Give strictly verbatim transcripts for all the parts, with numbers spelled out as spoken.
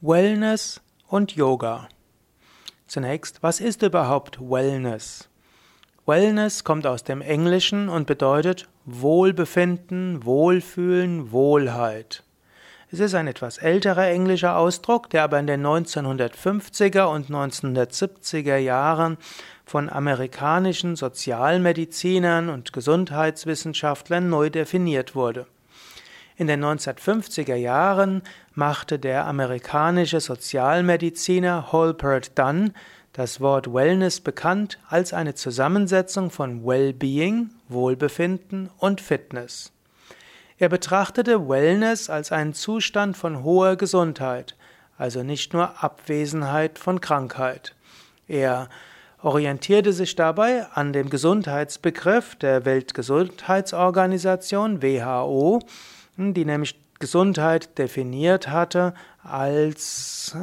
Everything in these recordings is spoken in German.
Wellness und Yoga. Zunächst, was ist überhaupt Wellness? Wellness kommt aus dem Englischen und bedeutet Wohlbefinden, Wohlfühlen, Wohlheit. Es ist ein etwas älterer englischer Ausdruck, der aber in den neunzehnhundertfünfziger und neunzehnhundertsiebziger Jahren von amerikanischen Sozialmedizinern und Gesundheitswissenschaftlern neu definiert wurde. In den neunzehnhundertfünfziger Jahren machte der amerikanische Sozialmediziner Halpert Dunn das Wort Wellness bekannt als eine Zusammensetzung von Well-being, Wohlbefinden und Fitness. Er betrachtete Wellness als einen Zustand von hoher Gesundheit, also nicht nur Abwesenheit von Krankheit. Er orientierte sich dabei an dem Gesundheitsbegriff der Weltgesundheitsorganisation W H O, die nämlich Gesundheit definiert hatte als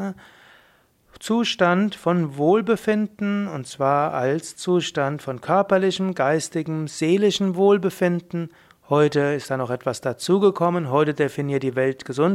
Zustand von Wohlbefinden, und zwar als Zustand von körperlichem, geistigem, seelischem Wohlbefinden. Heute ist da noch etwas dazugekommen. Heute definiert die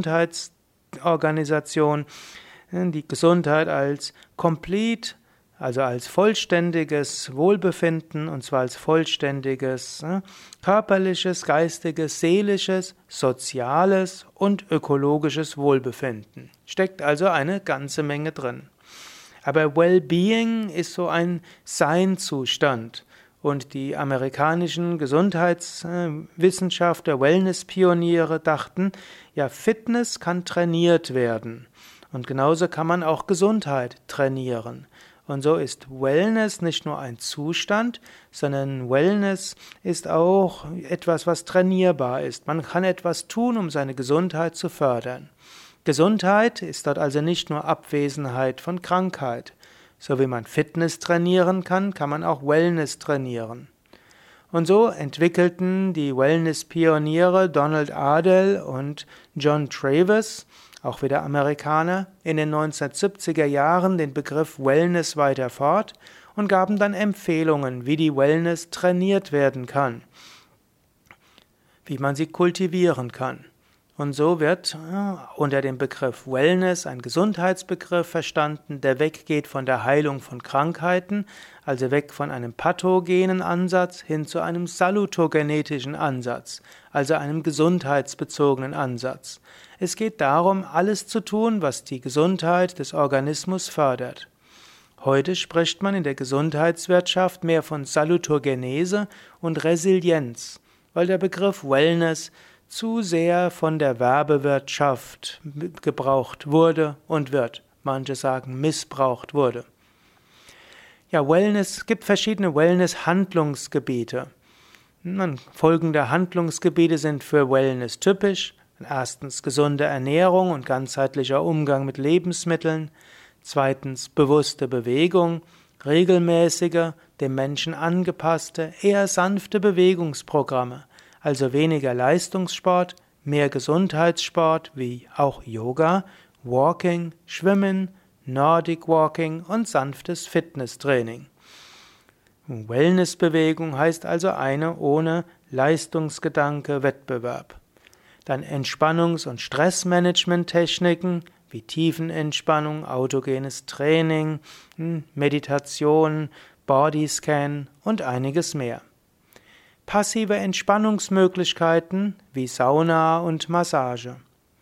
Weltgesundheitsorganisation die Gesundheit als complete, also als vollständiges Wohlbefinden, und zwar als vollständiges äh, körperliches, geistiges, seelisches, soziales und ökologisches Wohlbefinden. Steckt also eine ganze Menge drin. Aber Well-being ist so ein Seinzustand. Und die amerikanischen Gesundheitswissenschaftler, Wellness-Pioniere dachten, ja, Fitness kann trainiert werden. Und genauso kann man auch Gesundheit trainieren. Und so ist Wellness nicht nur ein Zustand, sondern Wellness ist auch etwas, was trainierbar ist. Man kann etwas tun, um seine Gesundheit zu fördern. Gesundheit ist dort also nicht nur Abwesenheit von Krankheit. So wie man Fitness trainieren kann, kann man auch Wellness trainieren. Und so entwickelten die Wellness-Pioniere Donald Adel und John Travis, auch wieder Amerikaner, in den neunzehnhundertsiebziger Jahren den Begriff Wellness weiter fort und gaben dann Empfehlungen, wie die Wellness trainiert werden kann, wie man sie kultivieren kann. Und so wird äh, unter dem Begriff Wellness ein Gesundheitsbegriff verstanden, der weggeht von der Heilung von Krankheiten, also weg von einem pathogenen Ansatz hin zu einem salutogenetischen Ansatz, also einem gesundheitsbezogenen Ansatz. Es geht darum, alles zu tun, was die Gesundheit des Organismus fördert. Heute spricht man in der Gesundheitswirtschaft mehr von Salutogenese und Resilienz, weil der Begriff Wellness zu sehr von der Werbewirtschaft gebraucht wurde und wird. Manche sagen, missbraucht wurde. Ja, Wellness, es gibt verschiedene Wellness-Handlungsgebiete. Folgende Handlungsgebiete sind für Wellness typisch. Erstens gesunde Ernährung und ganzheitlicher Umgang mit Lebensmitteln. Zweitens bewusste Bewegung, regelmäßige, dem Menschen angepasste, eher sanfte Bewegungsprogramme. Also weniger Leistungssport, mehr Gesundheitssport wie auch Yoga, Walking, Schwimmen, Nordic Walking und sanftes Fitnesstraining. Wellnessbewegung heißt also eine ohne Leistungsgedanke Wettbewerb. Dann Entspannungs- und Stressmanagement-Techniken wie Tiefenentspannung, autogenes Training, Meditation, Bodyscan und einiges mehr. Passive Entspannungsmöglichkeiten wie Sauna und Massage.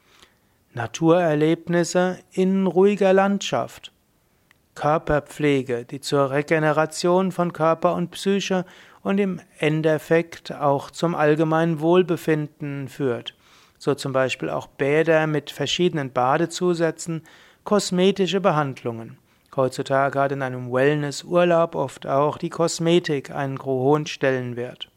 Naturerlebnisse in ruhiger Landschaft. Körperpflege, die zur Regeneration von Körper und Psyche und im Endeffekt auch zum allgemeinen Wohlbefinden führt. So zum Beispiel auch Bäder mit verschiedenen Badezusätzen, kosmetische Behandlungen. Heutzutage hat in einem Wellnessurlaub oft auch die Kosmetik einen hohen Stellenwert.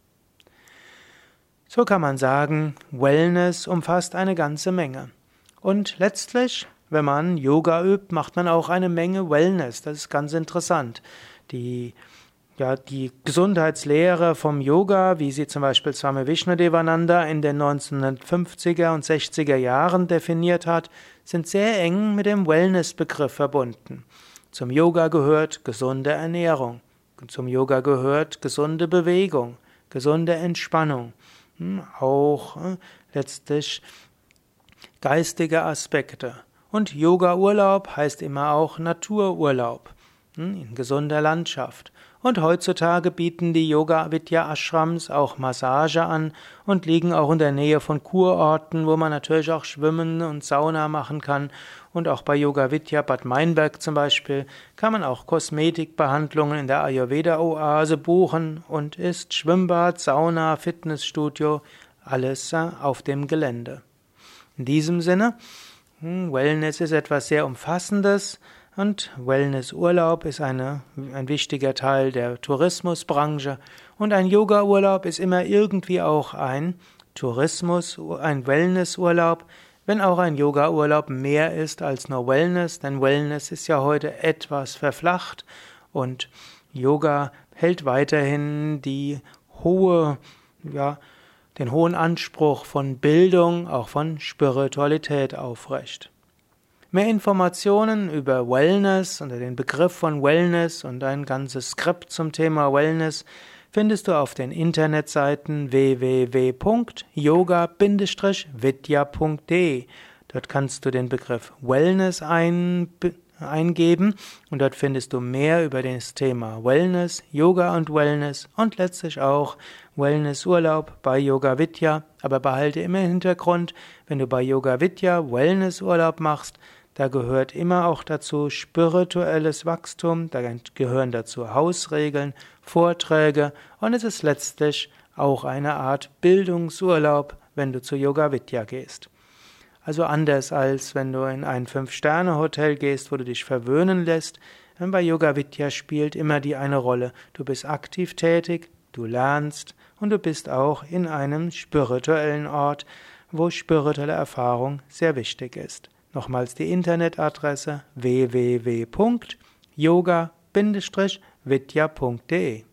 So kann man sagen, Wellness umfasst eine ganze Menge. Und letztlich, wenn man Yoga übt, macht man auch eine Menge Wellness. Das ist ganz interessant. Die, ja, die Gesundheitslehre vom Yoga, wie sie zum Beispiel Swami Vishnudevananda in den neunzehnhundertfünfziger und sechziger Jahren definiert hat, sind sehr eng mit dem Wellness-Begriff verbunden. Zum Yoga gehört gesunde Ernährung. Zum Yoga gehört gesunde Bewegung, gesunde Entspannung. Auch äh, letztlich geistige Aspekte. Und Yoga-Urlaub heißt immer auch Natururlaub, in gesunder Landschaft. Und heutzutage bieten die Yoga-Vidya-Ashrams auch Massage an und liegen auch in der Nähe von Kurorten, wo man natürlich auch schwimmen und Sauna machen kann. Und auch bei Yoga-Vidya Bad Meinberg zum Beispiel kann man auch Kosmetikbehandlungen in der Ayurveda-Oase buchen und ist Schwimmbad, Sauna, Fitnessstudio, alles auf dem Gelände. In diesem Sinne, Wellness ist etwas sehr Umfassendes. Und Wellnessurlaub ist eine, ein wichtiger Teil der Tourismusbranche. Und ein Yoga-Urlaub ist immer irgendwie auch ein Tourismus, ein Wellnessurlaub, wenn auch ein Yoga-Urlaub mehr ist als nur Wellness, denn Wellness ist ja heute etwas verflacht und Yoga hält weiterhin die hohe, ja, den hohen Anspruch von Bildung, auch von Spiritualität aufrecht. Mehr Informationen über Wellness oder den Begriff von Wellness und ein ganzes Skript zum Thema Wellness findest du auf den Internetseiten w w w punkt yoga vidya punkt de. Dort kannst du den Begriff Wellness ein, eingeben und dort findest du mehr über das Thema Wellness, Yoga und Wellness und letztlich auch Wellnessurlaub bei Yoga Vidya. Aber behalte immer im Hintergrund, wenn du bei Yoga Vidya Wellnessurlaub machst, da gehört immer auch dazu spirituelles Wachstum, da gehören dazu Hausregeln, Vorträge und es ist letztlich auch eine Art Bildungsurlaub, wenn du zu Yoga Vidya gehst. Also anders als wenn du in ein Fünf-Sterne-Hotel gehst, wo du dich verwöhnen lässt, bei Yoga Vidya spielt immer die eine Rolle. Du bist aktiv tätig, du lernst und du bist auch in einem spirituellen Ort, wo spirituelle Erfahrung sehr wichtig ist. Nochmals die Internetadresse w w w punkt yoga vidya punkt de